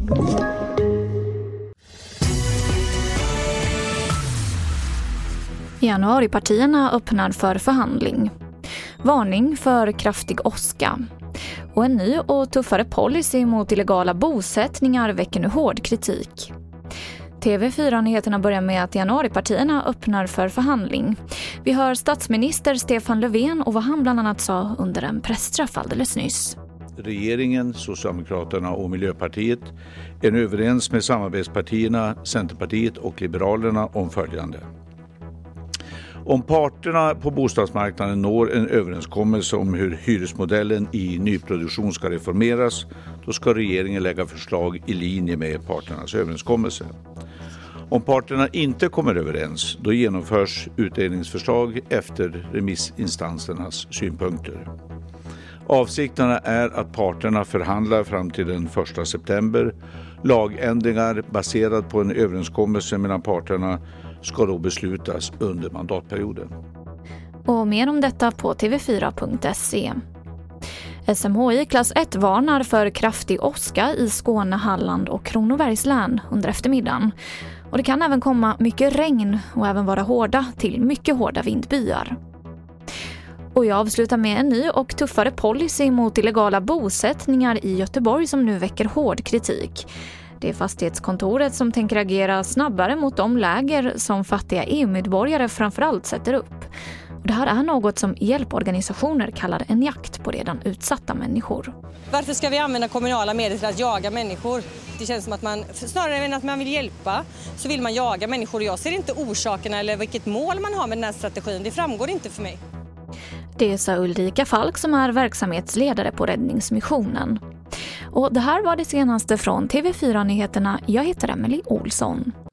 Januaripartierna öppnar för förhandling. Varning för kraftig åska. Och en ny och tuffare policy mot illegala bosättningar väcker nu hård kritik. TV4-nyheterna börjar med att januaripartierna öppnar för förhandling. Vi hör statsminister Stefan Löfven och vad han bland annat sa under en pressträff alldeles nyss. Regeringen, Socialdemokraterna och Miljöpartiet är nu överens med samarbetspartierna Centerpartiet och Liberalerna om följande. Om parterna på bostadsmarknaden når en överenskommelse om hur hyresmodellen i nyproduktion ska reformeras, då ska regeringen lägga förslag i linje med parternas överenskommelse. Om parterna inte kommer överens, då genomförs utredningsförslag efter remissinstansernas synpunkter. Avsikterna är att parterna förhandlar fram till den 1 september. Lagändringar baserad på en överenskommelse mellan parterna ska då beslutas under mandatperioden. Och mer om detta på tv4.se. SMHI klass 1 varnar för kraftig åska i Skåne, Halland och Kronobergs län under eftermiddagen. Och det kan även komma mycket regn och även vara hårda till mycket hårda vindbyar. Och jag avslutar med en ny och tuffare policy mot illegala bosättningar i Göteborg som nu väcker hård kritik. Det är fastighetskontoret som tänker agera snabbare mot de läger som fattiga EU-medborgare framförallt sätter upp. Och det här är något som hjälporganisationer kallar en jakt på redan utsatta människor. Varför ska vi använda kommunala medel till att jaga människor? Det känns som att man, snarare än att man vill hjälpa, så vill man jaga människor. Jag ser inte orsakerna eller vilket mål man har med den här strategin. Det framgår inte för mig. Det sa Ulrika Falk som är verksamhetsledare på Räddningsmissionen. Och det här var det senaste från TV4-nyheterna. Jag heter Emily Olsson.